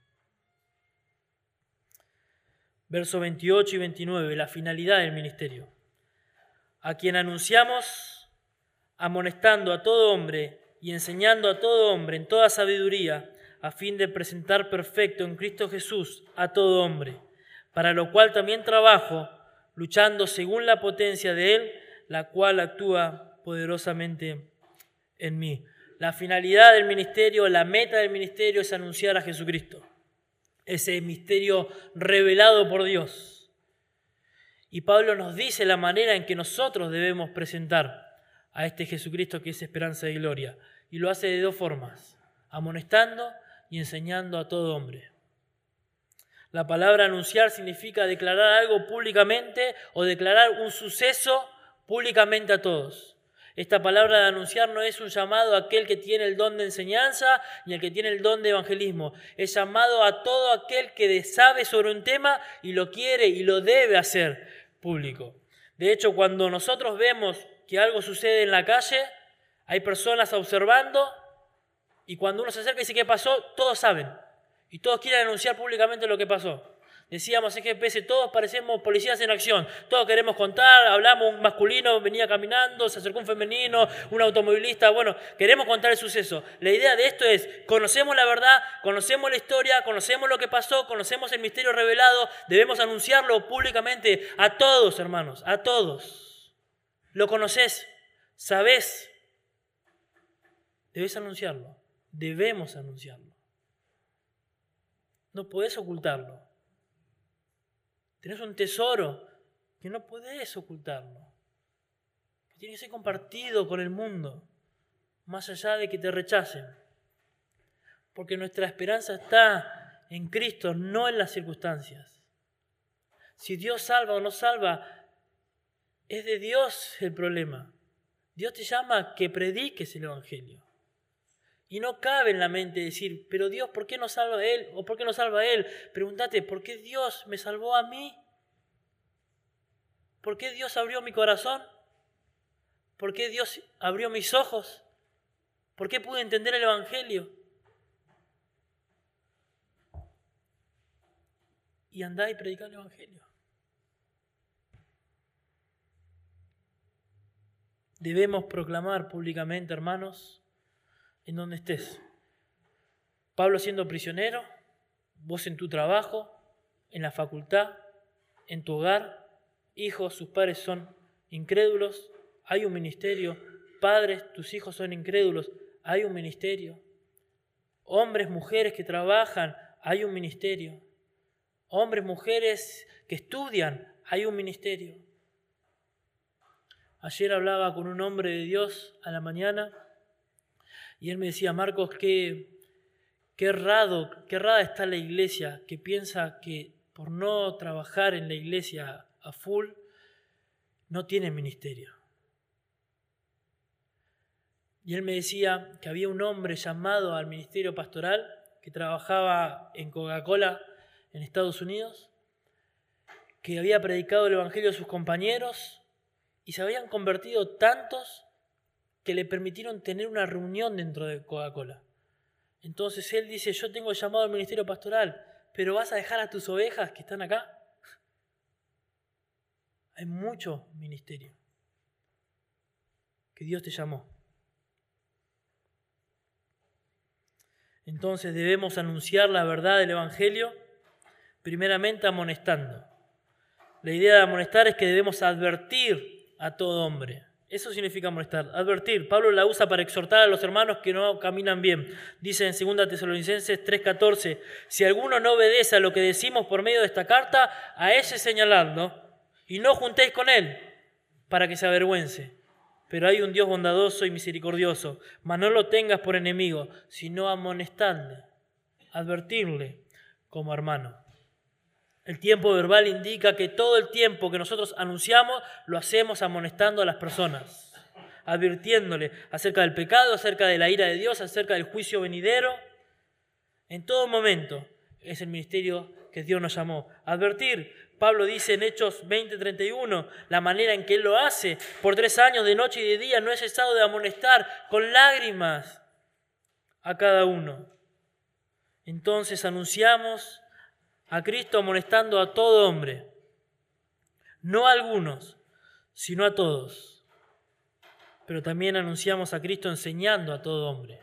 Versos 28 y 29, la finalidad del ministerio. A quien anunciamos, amonestando a todo hombre y enseñando a todo hombre en toda sabiduría, a fin de presentar perfecto en Cristo Jesús a todo hombre, para lo cual también trabajo, luchando según la potencia de Él, la cual actúa poderosamente en mí. La finalidad del ministerio, la meta del ministerio es anunciar a Jesucristo, ese misterio revelado por Dios. Y Pablo nos dice la manera en que nosotros debemos presentar a este Jesucristo que es esperanza y gloria. Y lo hace de dos formas, amonestando y enseñando a todo hombre. La palabra anunciar significa declarar algo públicamente o declarar un suceso públicamente a todos. Esta palabra de anunciar no es un llamado a aquel que tiene el don de enseñanza ni al que tiene el don de evangelismo. Es llamado a todo aquel que sabe sobre un tema y lo quiere y lo debe hacer público. De hecho, cuando nosotros vemos que algo sucede en la calle, hay personas observando, Y cuando uno se acerca y dice qué pasó, todos saben. Y todos quieren anunciar públicamente lo que pasó. Decíamos, es que pese, todos parecemos policías en acción. Todos queremos contar, hablamos, un masculino venía caminando, se acercó un femenino, un automovilista. Bueno, queremos contar el suceso. La idea de esto es, conocemos la verdad, conocemos la historia, conocemos lo que pasó, conocemos el misterio revelado. Debemos anunciarlo públicamente a todos, hermanos, a todos. ¿Lo conocés? ¿Sabés? Debes anunciarlo. Debemos anunciarlo. No podés ocultarlo. Tenés un tesoro que no podés ocultarlo. Que tiene que ser compartido con el mundo, más allá de que te rechacen. Porque nuestra esperanza está en Cristo, no en las circunstancias. Si Dios salva o no salva, es de Dios el problema. Dios te llama a que prediques el Evangelio. Y no cabe en la mente decir, pero Dios, ¿por qué no salva a él? ¿O por qué no salva a él? Pregúntate, ¿por qué Dios me salvó a mí? ¿Por qué Dios abrió mi corazón? ¿Por qué Dios abrió mis ojos? ¿Por qué pude entender el Evangelio? Y andá y predicá el Evangelio. Debemos proclamar públicamente, hermanos, en donde estés. Pablo siendo prisionero, vos en tu trabajo, en la facultad, en tu hogar, hijos, sus padres son incrédulos, hay un ministerio. Padres, tus hijos son incrédulos, hay un ministerio. Hombres, mujeres que trabajan, hay un ministerio. Hombres, mujeres que estudian, hay un ministerio. Ayer hablaba con un hombre de Dios a la mañana y él me decía, Marcos, qué errada está la iglesia que piensa que por no trabajar en la iglesia a full, no tiene ministerio. Y él me decía que había un hombre llamado al ministerio pastoral que trabajaba en Coca-Cola en Estados Unidos, que había predicado el Evangelio a sus compañeros y se habían convertido tantos que le permitieron tener una reunión dentro de Coca-Cola. Entonces él dice, yo tengo llamado al ministerio pastoral, pero ¿vas a dejar a tus ovejas que están acá? Hay mucho ministerio que Dios te llamó. Entonces debemos anunciar la verdad del Evangelio, primeramente amonestando. La idea de amonestar es que debemos advertir a todo hombre. Eso significa amonestar, advertir. Pablo la usa para exhortar a los hermanos que no caminan bien. Dice en 2 Tesalonicenses 3:14, si alguno no obedece a lo que decimos por medio de esta carta, a ese señaladlo y no juntéis con él para que se avergüence. Pero hay un Dios bondadoso y misericordioso, mas no lo tengas por enemigo, sino amonestadle, advertirle como hermano. El tiempo verbal indica que todo el tiempo que nosotros anunciamos lo hacemos amonestando a las personas, advirtiéndole acerca del pecado, acerca de la ira de Dios, acerca del juicio venidero. En todo momento es el ministerio que Dios nos llamó. Advertir, Pablo dice en Hechos 20:31, la manera en que él lo hace, por 3 años de noche y de día no he cesado de amonestar con lágrimas a cada uno. Entonces anunciamos a Cristo amonestando a todo hombre, no a algunos, sino a todos. Pero también anunciamos a Cristo enseñando a todo hombre.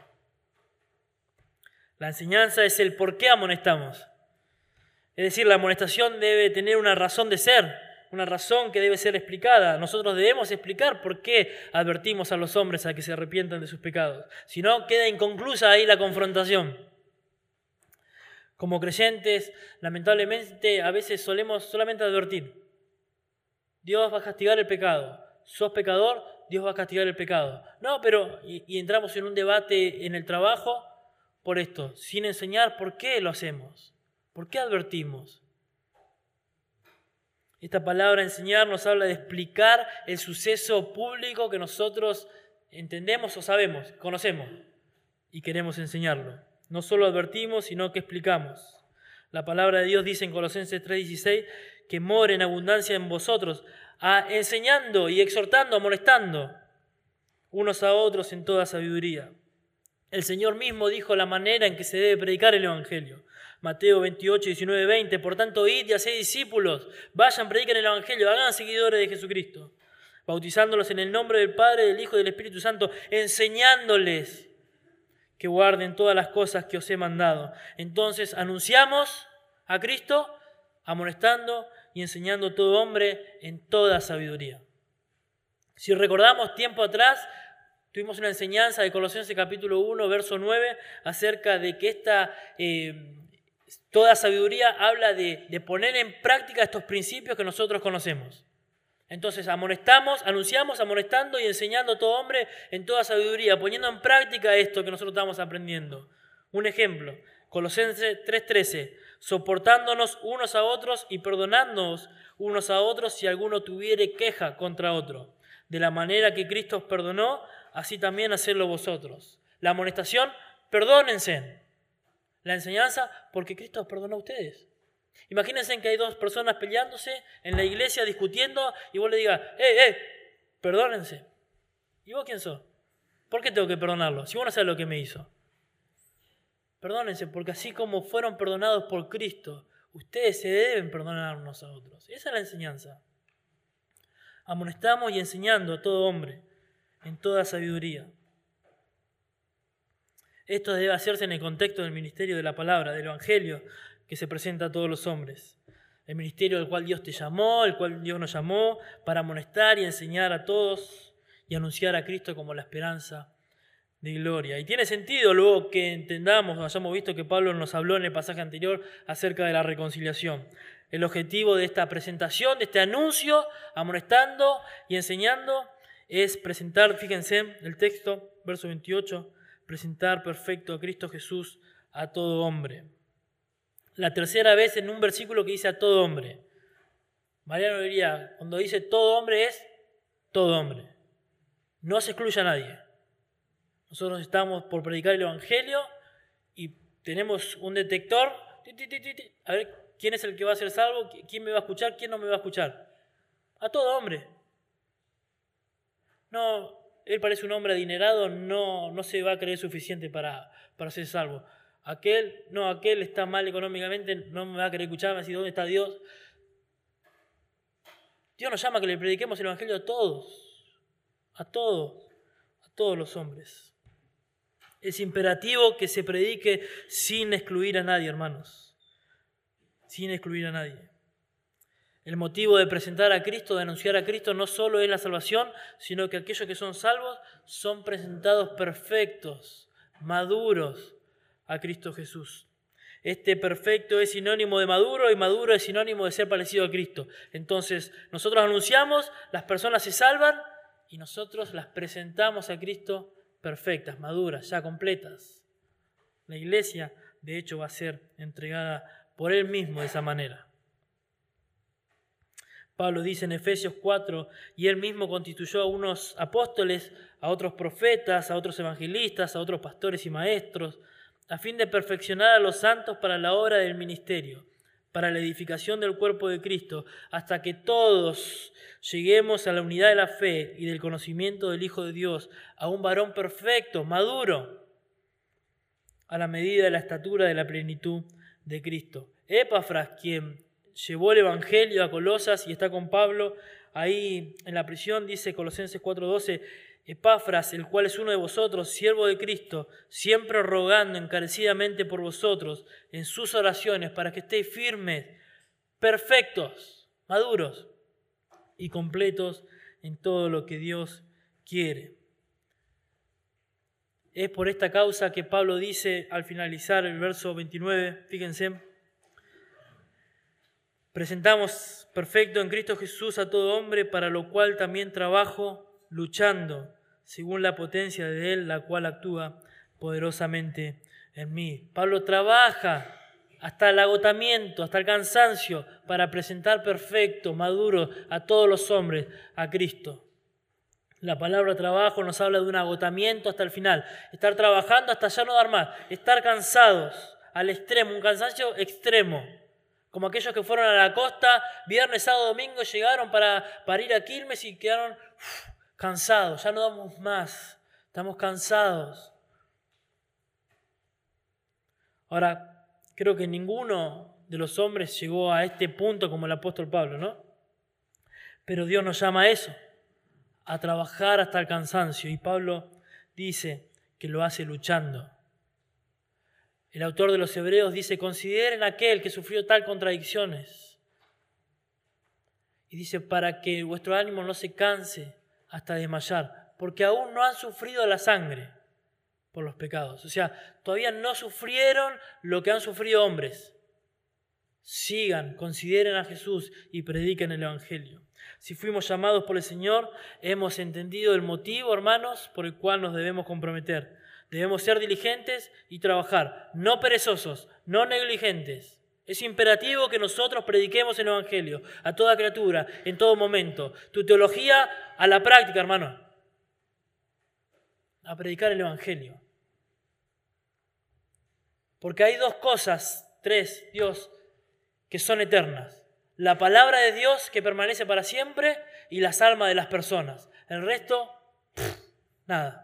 La enseñanza es el por qué amonestamos. Es decir, la amonestación debe tener una razón de ser, una razón que debe ser explicada. Nosotros debemos explicar por qué advertimos a los hombres a que se arrepientan de sus pecados. Si no, queda inconclusa ahí la confrontación. Como creyentes, lamentablemente, a veces solemos solamente advertir. Dios va a castigar el pecado. ¿Sos pecador? Dios va a castigar el pecado. No, pero, y entramos en un debate en el trabajo por esto, sin enseñar por qué lo hacemos, por qué advertimos. Esta palabra enseñar nos habla de explicar el suceso público que nosotros entendemos o sabemos, conocemos y queremos enseñarlo. No solo advertimos, sino que explicamos. La palabra de Dios dice en Colosenses 3:16 que more en abundancia en vosotros, enseñando y exhortando, amonestando unos a otros en toda sabiduría. El Señor mismo dijo la manera en que se debe predicar el Evangelio. Mateo 28, 19, 20. Por tanto, id y haced discípulos, vayan, prediquen el Evangelio, hagan seguidores de Jesucristo, bautizándolos en el nombre del Padre, del Hijo y del Espíritu Santo, enseñándoles que guarden todas las cosas que os he mandado. Entonces anunciamos a Cristo, amonestando y enseñando a todo hombre en toda sabiduría. Si recordamos tiempo atrás, tuvimos una enseñanza de Colosenses capítulo 1, verso 9, acerca de que toda sabiduría habla de poner en práctica estos principios que nosotros conocemos. Entonces amonestamos, anunciamos, amonestando y enseñando a todo hombre en toda sabiduría, poniendo en práctica esto que nosotros estamos aprendiendo. Un ejemplo, Colosenses 3:13, soportándonos unos a otros y perdonándonos unos a otros si alguno tuviere queja contra otro. De la manera que Cristo os perdonó, así también hacedlo vosotros. La amonestación, perdónense. La enseñanza, porque Cristo os perdonó a ustedes. Imagínense que hay dos personas peleándose en la iglesia, discutiendo, y vos le digas, perdónense. ¿Y vos quién sos? ¿Por qué tengo que perdonarlo? Si vos no sabés lo que me hizo. Perdónense, porque así como fueron perdonados por Cristo, ustedes se deben perdonar unos a otros. Esa es la enseñanza. Amonestamos y enseñando a todo hombre en toda sabiduría. Esto debe hacerse en el contexto del ministerio de la palabra, del Evangelio, que se presenta a todos los hombres. El ministerio al cual Dios te llamó, el cual Dios nos llamó, para amonestar y enseñar a todos y anunciar a Cristo como la esperanza de gloria. Y tiene sentido luego que entendamos, hayamos visto que Pablo nos habló en el pasaje anterior acerca de la reconciliación. El objetivo de esta presentación, de este anuncio, amonestando y enseñando, es presentar, fíjense el texto, verso 28, presentar perfecto a Cristo Jesús a todo hombre. La tercera vez en un versículo que dice a todo hombre. Mariano diría, cuando dice todo hombre es todo hombre. No se excluye a nadie. Nosotros estamos por predicar el Evangelio y tenemos un detector. A ver, ¿quién es el que va a ser salvo? ¿Quién me va a escuchar? ¿Quién no me va a escuchar? A todo hombre. No, él parece un hombre adinerado, no se va a creer suficiente para ser salvo. Aquel está mal económicamente, no me va a querer escuchar, me va a decir, ¿dónde está Dios? Dios nos llama a que le prediquemos el Evangelio a todos los hombres. Es imperativo que se predique sin excluir a nadie, hermanos. Sin excluir a nadie. El motivo de presentar a Cristo, de anunciar a Cristo, no solo es la salvación, sino que aquellos que son salvos son presentados perfectos, maduros a Cristo Jesús. Este perfecto es sinónimo de maduro y maduro es sinónimo de ser parecido a Cristo. Entonces, nosotros anunciamos, las personas se salvan y nosotros las presentamos a Cristo perfectas, maduras, ya completas. La iglesia, de hecho, va a ser entregada por Él mismo de esa manera. Pablo dice en Efesios 4, y Él mismo constituyó a unos apóstoles, a otros profetas, a otros evangelistas, a otros pastores y maestros, a fin de perfeccionar a los santos para la obra del ministerio, para la edificación del cuerpo de Cristo, hasta que todos lleguemos a la unidad de la fe y del conocimiento del Hijo de Dios, a un varón perfecto, maduro, a la medida de la estatura de la plenitud de Cristo. Epafras, quien llevó el Evangelio a Colosas y está con Pablo ahí en la prisión, dice Colosenses 4:12, Epafras, el cual es uno de vosotros, siervo de Cristo, siempre rogando encarecidamente por vosotros en sus oraciones para que estéis firmes, perfectos, maduros y completos en todo lo que Dios quiere. Es por esta causa que Pablo dice al finalizar el verso 29, fíjense, presentamos perfecto en Cristo Jesús a todo hombre, para lo cual también trabajo luchando según la potencia de Él, la cual actúa poderosamente en mí. Pablo trabaja hasta el agotamiento, hasta el cansancio, para presentar perfecto, maduro a todos los hombres a Cristo. La palabra trabajo nos habla de un agotamiento hasta el final, estar trabajando hasta ya no dar más, estar cansados al extremo, un cansancio extremo. Como aquellos que fueron a la costa, viernes, sábado, domingo, llegaron para ir a Quilmes y quedaron cansados, ya no damos más, estamos cansados. Ahora, creo que ninguno de los hombres llegó a este punto como el apóstol Pablo, ¿no? Pero Dios nos llama a eso, a trabajar hasta el cansancio. Y Pablo dice que lo hace luchando. El autor de los Hebreos dice, consideren aquel que sufrió tal contradicciones. Y dice, para que vuestro ánimo no se canse hasta desmayar, porque aún no han sufrido la sangre por los pecados. O sea, todavía no sufrieron lo que han sufrido hombres. Sigan, consideren a Jesús y prediquen el Evangelio. Si fuimos llamados por el Señor, hemos entendido el motivo, hermanos, por el cual nos debemos comprometer. Debemos ser diligentes y trabajar, no perezosos, no negligentes. Es imperativo que nosotros prediquemos el Evangelio a toda criatura, en todo momento. Tu teología a la práctica, hermano. A predicar el Evangelio. Porque hay dos cosas, tres, Dios, que son eternas. La palabra de Dios que permanece para siempre y las almas de las personas. El resto, nada.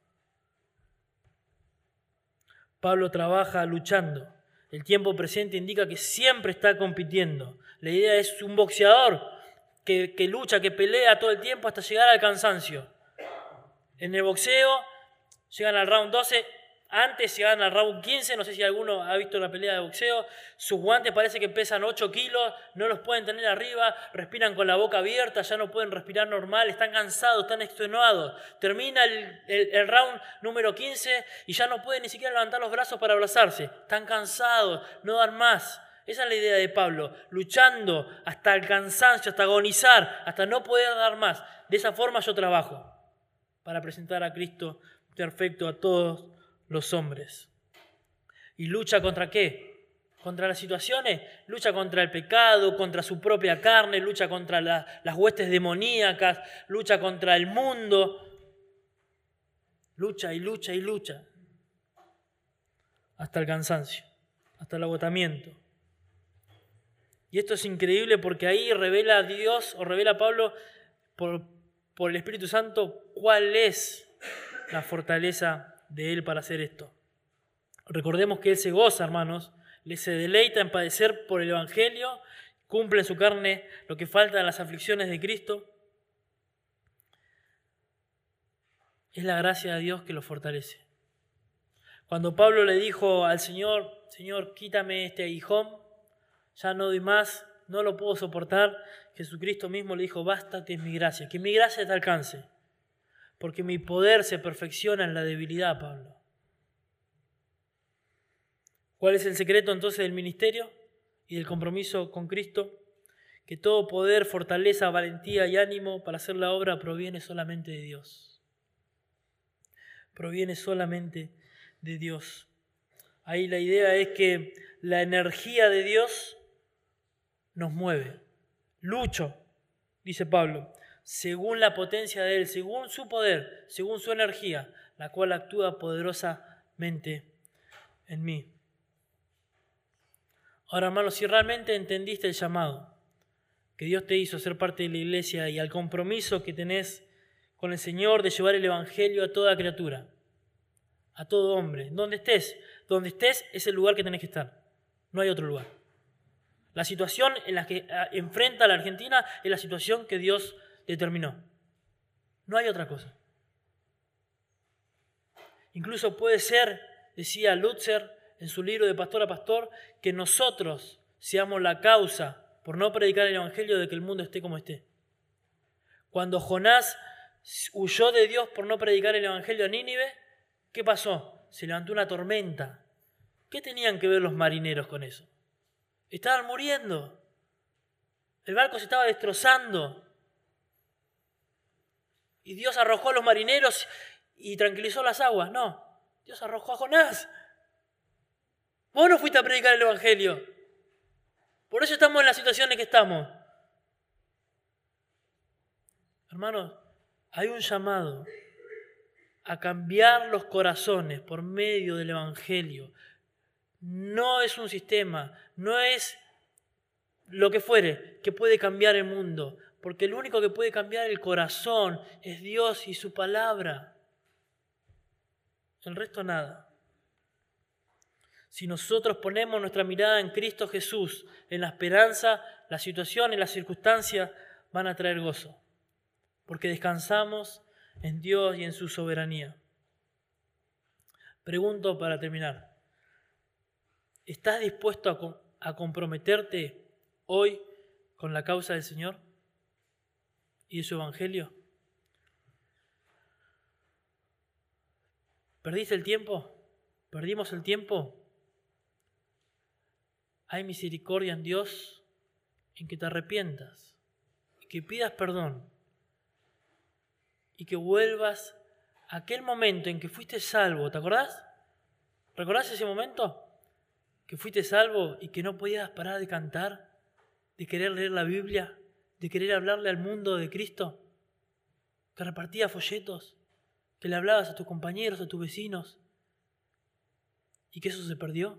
Pablo trabaja luchando. El tiempo presente indica que siempre está compitiendo. La idea es un boxeador que lucha, que pelea todo el tiempo hasta llegar al cansancio. En el boxeo llegan al round 12, antes llegan al round 15, no sé si alguno ha visto una pelea de boxeo, sus guantes parece que pesan 8 kilos, no los pueden tener arriba, respiran con la boca abierta, ya no pueden respirar normal, están cansados, están extenuados. Termina el round número 15 y ya no pueden ni siquiera levantar los brazos para abrazarse, están cansados, no dan más. Esa es la idea de Pablo, luchando hasta el cansancio, hasta agonizar, hasta no poder dar más. De esa forma yo trabajo, para presentar a Cristo perfecto a todos los hombres. ¿Y lucha contra qué? ¿Contra las situaciones? Lucha contra el pecado, contra su propia carne, lucha contra las huestes demoníacas, lucha contra el mundo. Lucha y lucha y lucha. Hasta el cansancio, hasta el agotamiento. Y esto es increíble porque ahí revela a Dios, o revela a Pablo por el Espíritu Santo, cuál es la fortaleza de Él para hacer esto. Recordemos que Él se goza, hermanos, se deleita en padecer por el Evangelio, cumple en su carne lo que falta en las aflicciones de Cristo. Es la gracia de Dios que lo fortalece. Cuando Pablo le dijo al Señor, Señor, quítame este aguijón, ya no doy más, no lo puedo soportar, Jesucristo mismo le dijo, bástate mi gracia, que mi gracia te alcance. Porque mi poder se perfecciona en la debilidad, Pablo. ¿Cuál es el secreto entonces del ministerio y del compromiso con Cristo? Que todo poder, fortaleza, valentía y ánimo para hacer la obra proviene solamente de Dios. Proviene solamente de Dios. Ahí la idea es que la energía de Dios nos mueve. Lucho, dice Pablo, según la potencia de Él, según su poder, según su energía, la cual actúa poderosamente en mí. Ahora, hermanos, si realmente entendiste el llamado que Dios te hizo a ser parte de la iglesia y al compromiso que tenés con el Señor de llevar el Evangelio a toda criatura, a todo hombre, donde estés es el lugar que tenés que estar, no hay otro lugar. La situación en la que enfrenta la Argentina es la situación que Dios determinó. No hay otra cosa. Incluso puede ser, decía Lutzer en su libro de Pastor a Pastor, que nosotros seamos la causa por no predicar el Evangelio de que el mundo esté como esté. Cuando Jonás huyó de Dios por no predicar el Evangelio a Nínive, ¿qué pasó? Se levantó una tormenta. ¿Qué tenían que ver los marineros con eso? Estaban muriendo. El barco se estaba destrozando. Y Dios arrojó a los marineros y tranquilizó las aguas. No, Dios arrojó a Jonás. Vos no fuiste a predicar el Evangelio. Por eso estamos en la situación en que estamos. Hermanos, hay un llamado a cambiar los corazones por medio del Evangelio. No es un sistema, no es lo que fuere que puede cambiar el mundo, porque el único que puede cambiar el corazón es Dios y su palabra. El resto nada. Si nosotros ponemos nuestra mirada en Cristo Jesús, en la esperanza, la situación y las circunstancias van a traer gozo, porque descansamos en Dios y en su soberanía. Pregunto para terminar, ¿estás dispuesto a comprometerte hoy con la causa del Señor y de su Evangelio? ¿Perdiste el tiempo? ¿Perdimos el tiempo? Hay misericordia en Dios en que te arrepientas, y que pidas perdón y que vuelvas a aquel momento en que fuiste salvo. ¿Te acordás? ¿Recordás ese momento? Que fuiste salvo y que no podías parar de cantar, de querer leer la Biblia, de querer hablarle al mundo de Cristo, que repartías folletos, que le hablabas a tus compañeros, a tus vecinos, y que eso se perdió.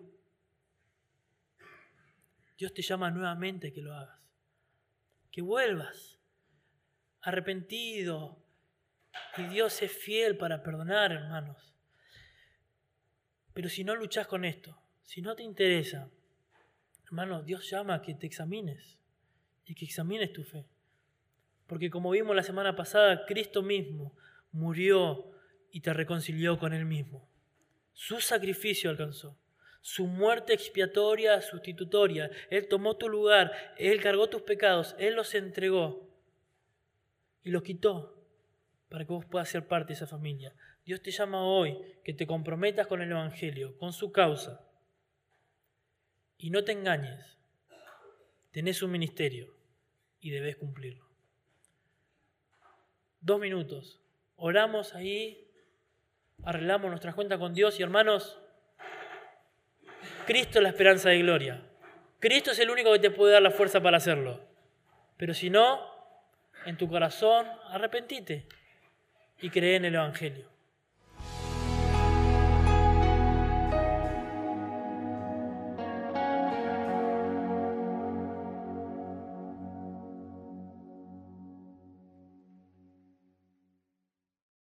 Dios te llama nuevamente a que lo hagas, que vuelvas arrepentido, y Dios es fiel para perdonar, hermanos. Pero si no luchás con esto, si no te interesa, hermanos, Dios llama a que te examines y que examines tu fe. Porque como vimos la semana pasada, Cristo mismo murió y te reconcilió con Él mismo. Su sacrificio alcanzó. Su muerte expiatoria, sustitutoria. Él tomó tu lugar, Él cargó tus pecados, Él los entregó y los quitó para que vos puedas ser parte de esa familia. Dios te llama hoy que te comprometas con el Evangelio, con su causa. Y no te engañes, tenés un ministerio y debes cumplirlo. 2 minutos, oramos ahí, arreglamos nuestras cuentas con Dios y hermanos, Cristo es la esperanza de gloria. Cristo es el único que te puede dar la fuerza para hacerlo. Pero si no, en tu corazón, arrepentite y cree en el Evangelio.